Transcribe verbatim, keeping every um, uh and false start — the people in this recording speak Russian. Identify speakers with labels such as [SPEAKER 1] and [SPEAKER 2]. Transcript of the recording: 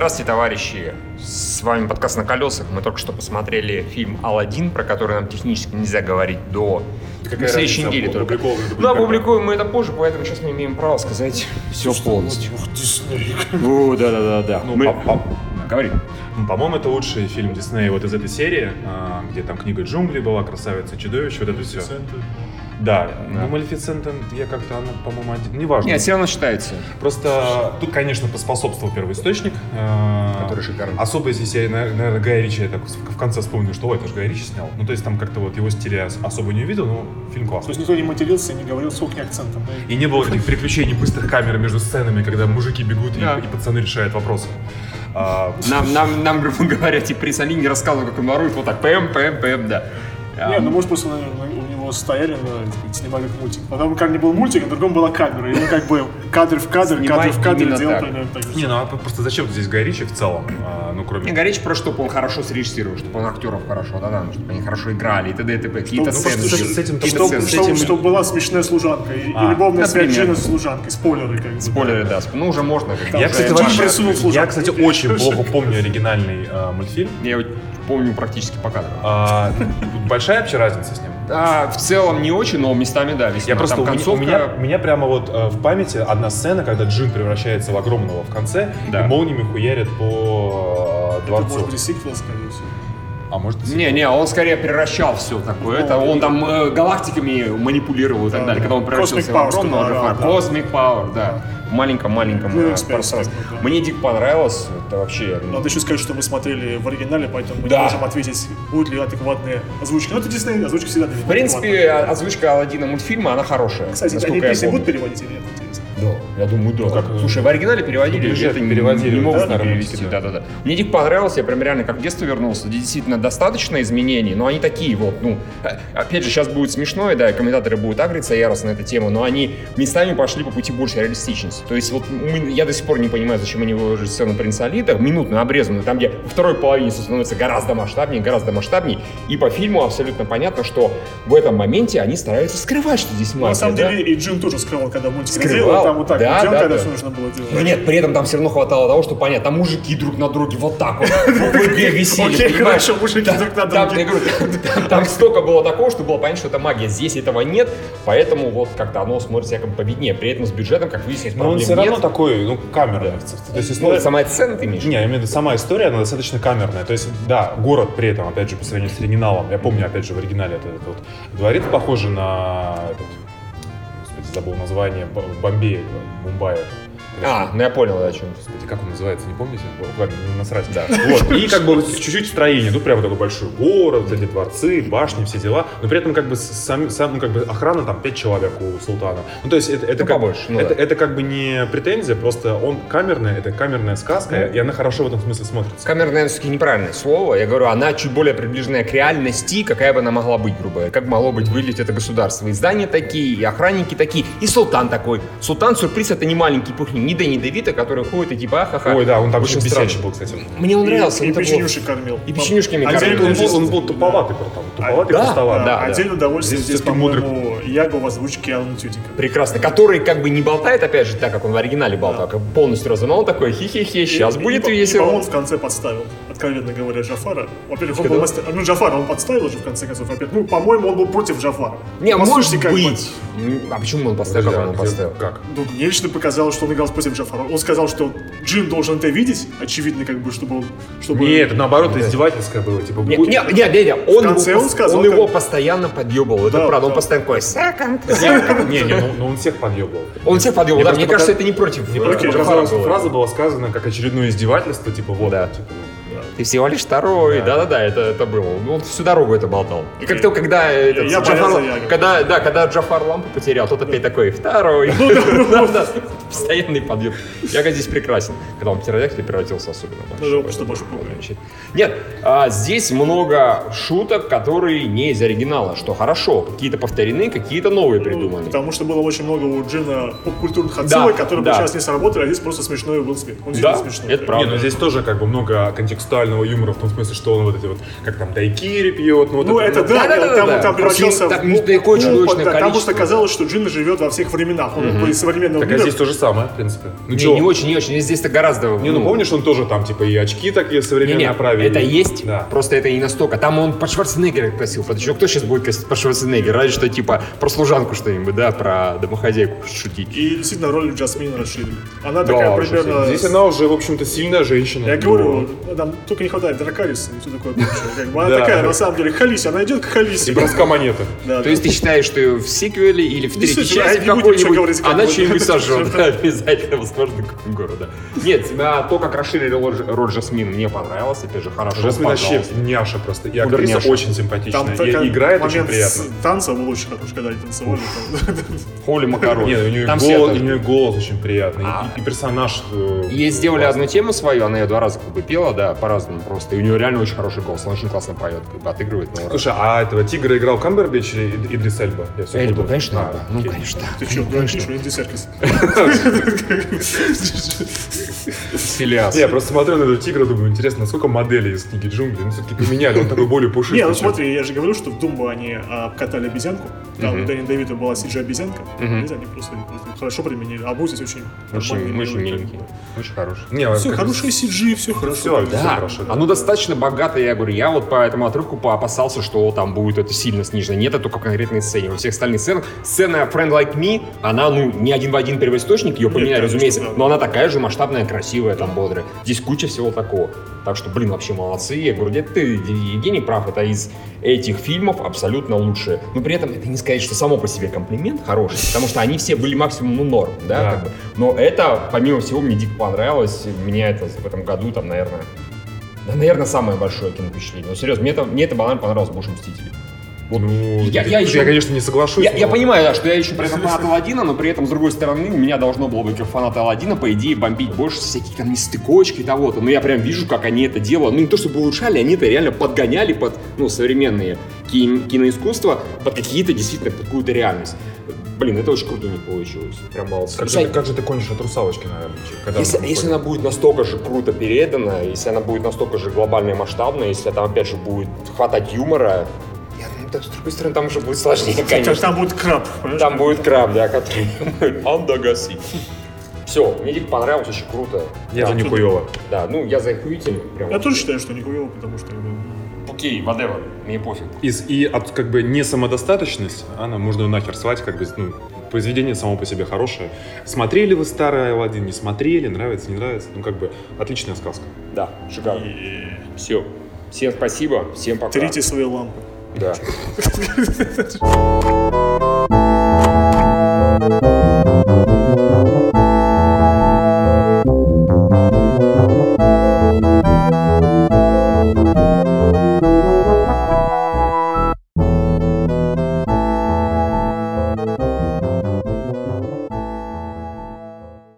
[SPEAKER 1] Здравствуйте, товарищи! С вами подкаст «На колесах». Мы только что посмотрели фильм «Аладдин», про который нам технически нельзя говорить до
[SPEAKER 2] Какая
[SPEAKER 1] следующей недели только. Ну, опубликуем мы это позже, поэтому сейчас мы имеем право сказать все полностью. О, да-да-да-да.
[SPEAKER 2] Ну, мы... по-
[SPEAKER 1] Говори.
[SPEAKER 2] Ну, по-моему, это лучший фильм Диснея вот из этой серии, где там книга джунглей была, красавица и чудовище, вот это все. Да, да. Ну Малефисента я как-то, она, по-моему, один... неважно.
[SPEAKER 1] Нет, все равно считается.
[SPEAKER 2] Просто тут, конечно, поспособствовал первоисточник.
[SPEAKER 1] Который шикарный.
[SPEAKER 2] Особо здесь я, наверное, Гая Ричи я так в конце вспомнил, что ой, это же Гай Ричи снял. Ну, то есть там как-то вот его стиля особо не увидел, но фильм классный.
[SPEAKER 3] То есть никто не матерился и не говорил с кухни акцентом, да?
[SPEAKER 2] И не было этих приключений быстрых камер между сценами, когда мужики бегут
[SPEAKER 1] да.
[SPEAKER 2] и, и пацаны решают вопросы.
[SPEAKER 1] Нам, нам, нам, грубо говоря, типа при Салине не рассказывал, как он ворует, вот так, пэм, пэм, пэм, да.
[SPEAKER 3] Не, ну может просто наверное, у него стояли, на, снимали как мультик. Потом как не был мультик, а другом была камера. И он как бы кадр в кадр,
[SPEAKER 1] Снимай
[SPEAKER 3] кадр в кадр
[SPEAKER 1] именно
[SPEAKER 3] делал
[SPEAKER 1] так.
[SPEAKER 3] примерно так же.
[SPEAKER 2] Не, ну а просто зачем здесь Гай Ричи в целом? А, ну, кроме...
[SPEAKER 1] Не, Гай Ричи просто, чтобы он хорошо срежиссировал, чтобы он актеров хорошо, да-да, чтобы они хорошо играли и т.д. и т.п. Какие-то
[SPEAKER 3] Чтобы-
[SPEAKER 1] сцены.
[SPEAKER 3] чтобы-
[SPEAKER 1] сделал,
[SPEAKER 2] с этим-
[SPEAKER 1] какие-то
[SPEAKER 3] Чтобы,
[SPEAKER 1] сцены.
[SPEAKER 3] чтобы,
[SPEAKER 2] этим-
[SPEAKER 3] чтобы была смешная служанка и,
[SPEAKER 2] А,
[SPEAKER 3] и любовная связь
[SPEAKER 1] например.
[SPEAKER 3] Джина с служанкой. Спойлеры как бы.
[SPEAKER 1] Спойлеры, да. Ну, уже можно. Как
[SPEAKER 2] Я,
[SPEAKER 1] бы.
[SPEAKER 2] кстати,
[SPEAKER 3] Джин
[SPEAKER 2] вообще,
[SPEAKER 3] присунул служанку.
[SPEAKER 2] я, кстати, очень плохо помню оригинальный э, мультфильм.
[SPEAKER 1] Я его помню практически по кадрам.
[SPEAKER 2] А, большая вообще разница с ним?
[SPEAKER 1] А, в целом не очень, но местами, да, весьма.
[SPEAKER 2] Я просто,
[SPEAKER 1] Там
[SPEAKER 2] у, меня,
[SPEAKER 1] концовка...
[SPEAKER 2] у, меня, у меня прямо вот э, в памяти одна сцена, когда Джин превращается в огромного в конце,
[SPEAKER 1] Да.
[SPEAKER 2] и молниями хуярит по э,
[SPEAKER 3] Это
[SPEAKER 2] дворцу.
[SPEAKER 3] может быть и сиквел, скорее всего.
[SPEAKER 2] А может и
[SPEAKER 1] Не, не, он скорее превращал все такое. Это он там э, галактиками манипулировал и так
[SPEAKER 3] Да,
[SPEAKER 1] далее.
[SPEAKER 3] да.
[SPEAKER 1] Когда он превращался
[SPEAKER 3] Cosmic
[SPEAKER 1] в
[SPEAKER 3] Power,
[SPEAKER 1] огромного
[SPEAKER 3] да,
[SPEAKER 1] Джафара.
[SPEAKER 3] да.
[SPEAKER 1] Cosmic Power, да. В маленьком-маленьком
[SPEAKER 3] Ну,
[SPEAKER 1] э,
[SPEAKER 3] эксперт,
[SPEAKER 1] пространстве.
[SPEAKER 3] да.
[SPEAKER 1] Мне дико понравилось. Это вообще...
[SPEAKER 3] Надо еще сказать, что мы смотрели в оригинале, поэтому мы
[SPEAKER 1] Да.
[SPEAKER 3] не можем ответить, будут ли адекватные озвучки. Но это Дисней, озвучки всегда
[SPEAKER 1] В принципе, озвучка Аладдина мультфильма, она хорошая.
[SPEAKER 3] Кстати, они
[SPEAKER 1] насколько я
[SPEAKER 3] песни
[SPEAKER 1] помню.
[SPEAKER 3] будут переводить или нет? Интересно.
[SPEAKER 1] Да, я думаю, да.
[SPEAKER 2] как,
[SPEAKER 1] Слушай, в оригинале переводили,
[SPEAKER 2] дубляже
[SPEAKER 1] это не-
[SPEAKER 2] переводили,
[SPEAKER 1] не могут
[SPEAKER 2] да,
[SPEAKER 1] не
[SPEAKER 2] наверное,
[SPEAKER 1] перевести.
[SPEAKER 2] всё.
[SPEAKER 1] Да, да, да. Мне дико понравилось, я прям реально как в детство вернулся. Здесь действительно достаточно изменений, но они такие вот, ну, опять же, сейчас будет смешно, и да, и комментаторы будут агриться яростно на эту тему, но они местами пошли по пути большей реалистичности. То есть вот мы, я до сих пор не понимаю, зачем они выложили сцену принца Алида, минутную, обрезанную, там, где во второй половине всё становится гораздо масштабнее, гораздо масштабнее, и по фильму абсолютно понятно, что в этом моменте они стараются скрывать, что здесь
[SPEAKER 3] Ну,
[SPEAKER 1] магия.
[SPEAKER 3] на самом
[SPEAKER 1] да?
[SPEAKER 3] деле и Джин тоже скрывал, когда мультик
[SPEAKER 1] Скрывал,
[SPEAKER 3] делал, там вот так
[SPEAKER 1] да,
[SPEAKER 3] вот делал,
[SPEAKER 1] да,
[SPEAKER 3] когда
[SPEAKER 1] да.
[SPEAKER 3] все нужно было делать.
[SPEAKER 1] Но нет, при этом там все равно хватало того, что понятно, там мужики друг на друге вот так вот в игре висели,
[SPEAKER 3] Окей,
[SPEAKER 1] понимаешь?
[SPEAKER 3] хорошо, мужики
[SPEAKER 1] Там-
[SPEAKER 3] друг на
[SPEAKER 1] там,
[SPEAKER 3] друге.
[SPEAKER 1] я говорю, там- Там столько было такого, что было понятно, что это магия. Здесь этого нет, поэтому вот как-то оно смотрится якобы победнее. При этом с бюджетом, как выяснилось,
[SPEAKER 2] Но он
[SPEAKER 1] проблем
[SPEAKER 2] все равно
[SPEAKER 1] нет.
[SPEAKER 2] такой, ну, камерный. То есть
[SPEAKER 1] Ну,
[SPEAKER 2] история...
[SPEAKER 1] сама сцена ты имеешь?
[SPEAKER 2] Не, я имею в виду, сама история, она достаточно камерная. То есть, да, город при этом, опять же, по сравнению с оригиналом, я помню, опять же, в оригинале это, это вот дворец похожий на этот, господи, забыл название, Б- Бомбей, Мумбаи.
[SPEAKER 1] А, ну я понял, да, о чем.
[SPEAKER 2] Господи, как он называется, не помните? Ладно, не насрать. Да. Вот. И как бы чуть-чуть строение. Тут прямо такой большой город, вот эти дворцы, башни, все дела. Но при этом как бы сам, сам ну, как бы охрана там пять человек у султана. Ну то есть это, это,
[SPEAKER 1] Ну,
[SPEAKER 2] как,
[SPEAKER 1] побольше, ну
[SPEAKER 2] это,
[SPEAKER 1] да.
[SPEAKER 2] это как бы не претензия, просто он камерный, это камерная сказка, и она хорошо в этом смысле смотрится.
[SPEAKER 1] Камера, наверное, все-таки неправильное слово. Я говорю, она чуть более приближенная к реальности, какая бы она могла быть, грубо говоря. Как могло быть выглядеть это государство. И здания такие, и охранники такие, и султан такой. Султан-сюрприз — это не маленький пухлин, не Дэнни Девито, который ходит и типа ахаха.
[SPEAKER 2] Ой, да, он там очень
[SPEAKER 1] Очень
[SPEAKER 2] странный
[SPEAKER 1] бесячий.
[SPEAKER 2] был, кстати.
[SPEAKER 1] Мне он нравился.
[SPEAKER 3] И, и
[SPEAKER 1] он такой-
[SPEAKER 3] печенюшек кормил.
[SPEAKER 1] И печенюшками
[SPEAKER 3] Отдельно
[SPEAKER 1] кормил.
[SPEAKER 2] Он
[SPEAKER 3] здесь-
[SPEAKER 2] был, он был туповатый, там, туповатый,
[SPEAKER 1] да,
[SPEAKER 2] пустоватый.
[SPEAKER 1] да.
[SPEAKER 3] Отдельное удовольствие
[SPEAKER 2] Здесь
[SPEAKER 3] здесь,
[SPEAKER 2] всё-таки
[SPEAKER 3] по-моему, Яго в озвучке Алана Тютика.
[SPEAKER 1] Прекрасно. Который как бы не болтает, опять же, так, как он в оригинале болтал, как полностью разумел, он такой хи-хи-хи, сейчас
[SPEAKER 3] И-
[SPEAKER 1] будет
[SPEAKER 3] и, И,
[SPEAKER 1] весело.
[SPEAKER 3] по-моему, он в конце подставил, откровенно говоря, Джафара. Во-первых, он был мастер... Ну, Джафара он подставил же, в конце концов. Во-первых, ну, по-моему, он был против Джафара.
[SPEAKER 1] Не,
[SPEAKER 3] По
[SPEAKER 1] может
[SPEAKER 3] сути, как бы,
[SPEAKER 1] быть. М, А почему он поставил, как он его
[SPEAKER 2] Подожди, а
[SPEAKER 1] поставил?
[SPEAKER 2] где- Как?
[SPEAKER 3] Ну, мне лично показалось, что он играл против Джафара. Он сказал, что Джин должен это видеть, очевидно, как бы, чтобы он... Чтобы...
[SPEAKER 2] Нет, это наоборот издевательское было. Типа,
[SPEAKER 1] Не,
[SPEAKER 2] будь-
[SPEAKER 1] не, не, не, не, он,
[SPEAKER 3] конце
[SPEAKER 1] его,
[SPEAKER 3] он
[SPEAKER 1] пос-
[SPEAKER 3] сказал,
[SPEAKER 1] он его
[SPEAKER 3] как-
[SPEAKER 1] постоянно подъебывал, это
[SPEAKER 3] Да,
[SPEAKER 1] правда, он
[SPEAKER 3] да.
[SPEAKER 1] постоянно такой second.
[SPEAKER 2] Не, не, ну, ну он всех подъебал.
[SPEAKER 1] Он всех подъебывал,
[SPEAKER 2] Мне
[SPEAKER 1] да,
[SPEAKER 2] просто
[SPEAKER 1] мне кажется,
[SPEAKER 2] пока-
[SPEAKER 1] это не против
[SPEAKER 2] Мне
[SPEAKER 1] э,
[SPEAKER 2] просто
[SPEAKER 1] Джафара
[SPEAKER 2] показалось,
[SPEAKER 1] было.
[SPEAKER 2] фраза была сказана как очередное издевательство, типа вот,
[SPEAKER 1] Да.
[SPEAKER 2] типа, ну,
[SPEAKER 1] Ты всего лишь второй,
[SPEAKER 2] Да.
[SPEAKER 1] да-да-да, это, это было. Он всю дорогу это болтал. И как-то, когда, этот,
[SPEAKER 3] я
[SPEAKER 1] Джафар,
[SPEAKER 3] болел за Ягу.
[SPEAKER 1] когда, да, когда Джафар лампу потерял, тот опять такой, второй. Да-да, постоянный подъем. Яга здесь прекрасен. Когда он птеродактиль превратился особенно.
[SPEAKER 3] Ну, да, что больше помню.
[SPEAKER 1] Нет, а, здесь много шуток, которые не из оригинала, что хорошо. Какие-то повторены, какие-то новые придуманы.
[SPEAKER 3] Потому что было очень много у Джина поп-культурных отсылок,
[SPEAKER 1] Да,
[SPEAKER 3] которые
[SPEAKER 1] да.
[SPEAKER 3] бы сейчас не сработали, а здесь просто смешной был смех. Он
[SPEAKER 1] Да,
[SPEAKER 3] действительно смешной.
[SPEAKER 1] это правда.
[SPEAKER 2] Не, ну здесь тоже как бы много контекстуальных сакрального юмора, в том смысле, что он вот эти вот, как там, дайкири пьет, ну вот
[SPEAKER 3] Ну, это да,
[SPEAKER 1] да, да,
[SPEAKER 3] там,
[SPEAKER 1] да,
[SPEAKER 3] там
[SPEAKER 1] да.
[SPEAKER 3] превращался
[SPEAKER 1] Так,
[SPEAKER 3] в
[SPEAKER 1] ну, далеко очень
[SPEAKER 3] ну,
[SPEAKER 1] точное
[SPEAKER 3] да, Потому
[SPEAKER 1] количество,
[SPEAKER 3] что казалось, что джин живет во всех временах. Он из современного
[SPEAKER 2] Так, а
[SPEAKER 3] мира.
[SPEAKER 2] здесь то же самое, в принципе. Ну,
[SPEAKER 1] Не,
[SPEAKER 2] чё?
[SPEAKER 1] не очень, не очень. Здесь-то гораздо...
[SPEAKER 2] Не, ну помнишь, он тоже там, типа, и очки такие
[SPEAKER 1] Не,
[SPEAKER 2] современные
[SPEAKER 1] не,
[SPEAKER 2] оправили.
[SPEAKER 1] это есть,
[SPEAKER 2] Да.
[SPEAKER 1] просто это не настолько. Там он под Шварценеггера косил. Потому что кто сейчас будет косить под Шварценеггера? Разве что, типа, про служанку что-нибудь, да, про домохозяйку шутить.
[SPEAKER 3] И действительно роль Джасмин расширили. Она
[SPEAKER 1] Да,
[SPEAKER 3] такая
[SPEAKER 1] очень
[SPEAKER 3] примерно...
[SPEAKER 2] Здесь она уже, в общем-то, сильная женщина.
[SPEAKER 3] Я говорю, нам только не хватает Дракариса и все такое прочее. Как бы она
[SPEAKER 2] Да.
[SPEAKER 3] такая, на самом деле, Халиси, она идет к Халиси.
[SPEAKER 2] И броска монеты.
[SPEAKER 3] Да,
[SPEAKER 1] То
[SPEAKER 3] да.
[SPEAKER 1] есть ты считаешь, что в сиквеле или в третьей
[SPEAKER 3] Действительно,
[SPEAKER 1] части
[SPEAKER 3] не будем ничего
[SPEAKER 1] какой-нибудь
[SPEAKER 3] говорить, как
[SPEAKER 1] она
[SPEAKER 3] будет.
[SPEAKER 1] что-нибудь сожжет, да, обязательно, возможно, какой город, да. Нет, на то, как расширили роль роль Жасмин, мне понравилось, опять же, хорошо.
[SPEAKER 2] Жасмин вообще
[SPEAKER 1] пожалуйста.
[SPEAKER 2] няша просто. И
[SPEAKER 1] Супер
[SPEAKER 2] актриса
[SPEAKER 1] няша.
[SPEAKER 2] очень симпатичная.
[SPEAKER 3] Там
[SPEAKER 2] И
[SPEAKER 3] такой
[SPEAKER 2] играет очень
[SPEAKER 3] момент
[SPEAKER 2] приятно.
[SPEAKER 3] с танца был очень хороший, когда они танцевали. там.
[SPEAKER 1] Холи Макарон.
[SPEAKER 2] Нет, у нее,
[SPEAKER 1] Там все
[SPEAKER 2] голос,
[SPEAKER 1] это-
[SPEAKER 2] у нее голос очень приятный. И-
[SPEAKER 1] А.
[SPEAKER 2] И, персонаж. э,
[SPEAKER 1] Ей сделали
[SPEAKER 2] классный.
[SPEAKER 1] одну тему свою, она ее два раза как бы пела, да, по-разному просто. И у нее реально очень хороший голос, она очень классно поет, как бы отыгрывает на ура.
[SPEAKER 2] Слушай, а этого тигра играл Камбербэтч или Ид- Идрис Эльба? Я всё
[SPEAKER 1] Эльба,
[SPEAKER 2] путаю.
[SPEAKER 1] конечно,
[SPEAKER 2] А,
[SPEAKER 1] Эльба. Ну,
[SPEAKER 2] окей.
[SPEAKER 1] конечно, да.
[SPEAKER 3] Ты что, дурачишь, Энди Серкис?
[SPEAKER 1] Филиас.
[SPEAKER 2] Не, я просто смотрю на этого тигра, думаю, интересно, насколько моделей из книги джунглей, ну, все-таки поменяли, он такой более пушистый.
[SPEAKER 3] Не, ну
[SPEAKER 2] чем-
[SPEAKER 3] смотри, я же говорю, что в Думбу они а, обкатали обезьянку. Там у Дэнни Дэвида была си джи-обезьянка. Они просто просто хорошо применили. А Бу здесь очень
[SPEAKER 1] Очень,
[SPEAKER 3] нормальный,
[SPEAKER 1] очень
[SPEAKER 3] милый,
[SPEAKER 1] миленький, очень хороший.
[SPEAKER 2] Не,
[SPEAKER 3] Все,
[SPEAKER 2] как-
[SPEAKER 3] хорошие си джи, все хорошо.
[SPEAKER 2] Всё,
[SPEAKER 3] Да.
[SPEAKER 1] Да,
[SPEAKER 2] хорошо, да.
[SPEAKER 1] оно достаточно богато, я говорю, я вот по этому отрывку опасался, что там будет это сильно снижено. Нет, это только в конкретной сцене. Во всех остальных сценах сцена Friend Like Me, она, ну, не один в один первоисточник, ее поменяли,
[SPEAKER 3] конечно,
[SPEAKER 1] разумеется,
[SPEAKER 3] да.
[SPEAKER 1] но она такая же масштабная, красивая, там, бодрая. Здесь куча всего такого. Так что, блин, вообще молодцы. Я говорю, где ты, Евгений прав, это из этих фильмов абсолютно лучшее. Но при этом это не сказать, что само по себе комплимент хороший, потому что они все были максимум, ну, норм, да,
[SPEAKER 2] Да.
[SPEAKER 1] как бы. Но это, помимо всего, мне дико понравилось. Меня это в этом году, там, наверное, да, наверное, самое большое киновпечатление. Ну, серьезно, мне это, мне это банально понравилось больше «Мстителей». Вот.
[SPEAKER 2] Ну,
[SPEAKER 1] Я-
[SPEAKER 2] я,
[SPEAKER 1] я еще-
[SPEAKER 2] конечно, не соглашусь.
[SPEAKER 1] Я,
[SPEAKER 2] но-
[SPEAKER 1] я понимаю, да, что я еще при этом фанат Аладдина, но при этом, с другой стороны, у меня должно было быть как фаната Аладдина, по идее, бомбить больше всяких там нестыковочки и того-то. Но я прям вижу, как они это делают. Ну, не то чтобы улучшали, они это реально подгоняли под, ну, современные ки- киноискусства, под какие-то, действительно, под какую-то реальность. Блин, это очень круто у них получилось. Прям молодцы.
[SPEAKER 2] Как же, ты, как же ты кончишь от русалочки, наверное, когда
[SPEAKER 1] Если,
[SPEAKER 2] она
[SPEAKER 1] если
[SPEAKER 2] выходит?
[SPEAKER 1] она будет настолько же круто передана, если она будет настолько же глобальная и масштабная, если там, опять же, будет хватать юмора, я, ну, так, с другой стороны, там уже будет сложнее,
[SPEAKER 3] Как
[SPEAKER 1] конечно.
[SPEAKER 3] там будет краб, понимаешь?
[SPEAKER 1] Там будет краб, да, который Андагаси. Все, мне дико понравилось, очень круто.
[SPEAKER 2] Я
[SPEAKER 1] Да,
[SPEAKER 2] за нихуёво.
[SPEAKER 1] Да, ну я за охуительный. Прям.
[SPEAKER 3] Я тоже считаю, что не хуёво, потому что... ну,
[SPEAKER 1] Окей, whatever, мне пофиг.
[SPEAKER 2] Из, и от как бы не самодостаточность, она можно её нахер свать, как бы, ну, произведение само по себе хорошее. Смотрели вы старый Аладдин, не смотрели, нравится, не нравится, ну, как бы, отличная сказка.
[SPEAKER 1] Да, шикарно. Все. Всем спасибо, всем пока.
[SPEAKER 3] Трите свои лампы.
[SPEAKER 1] Да.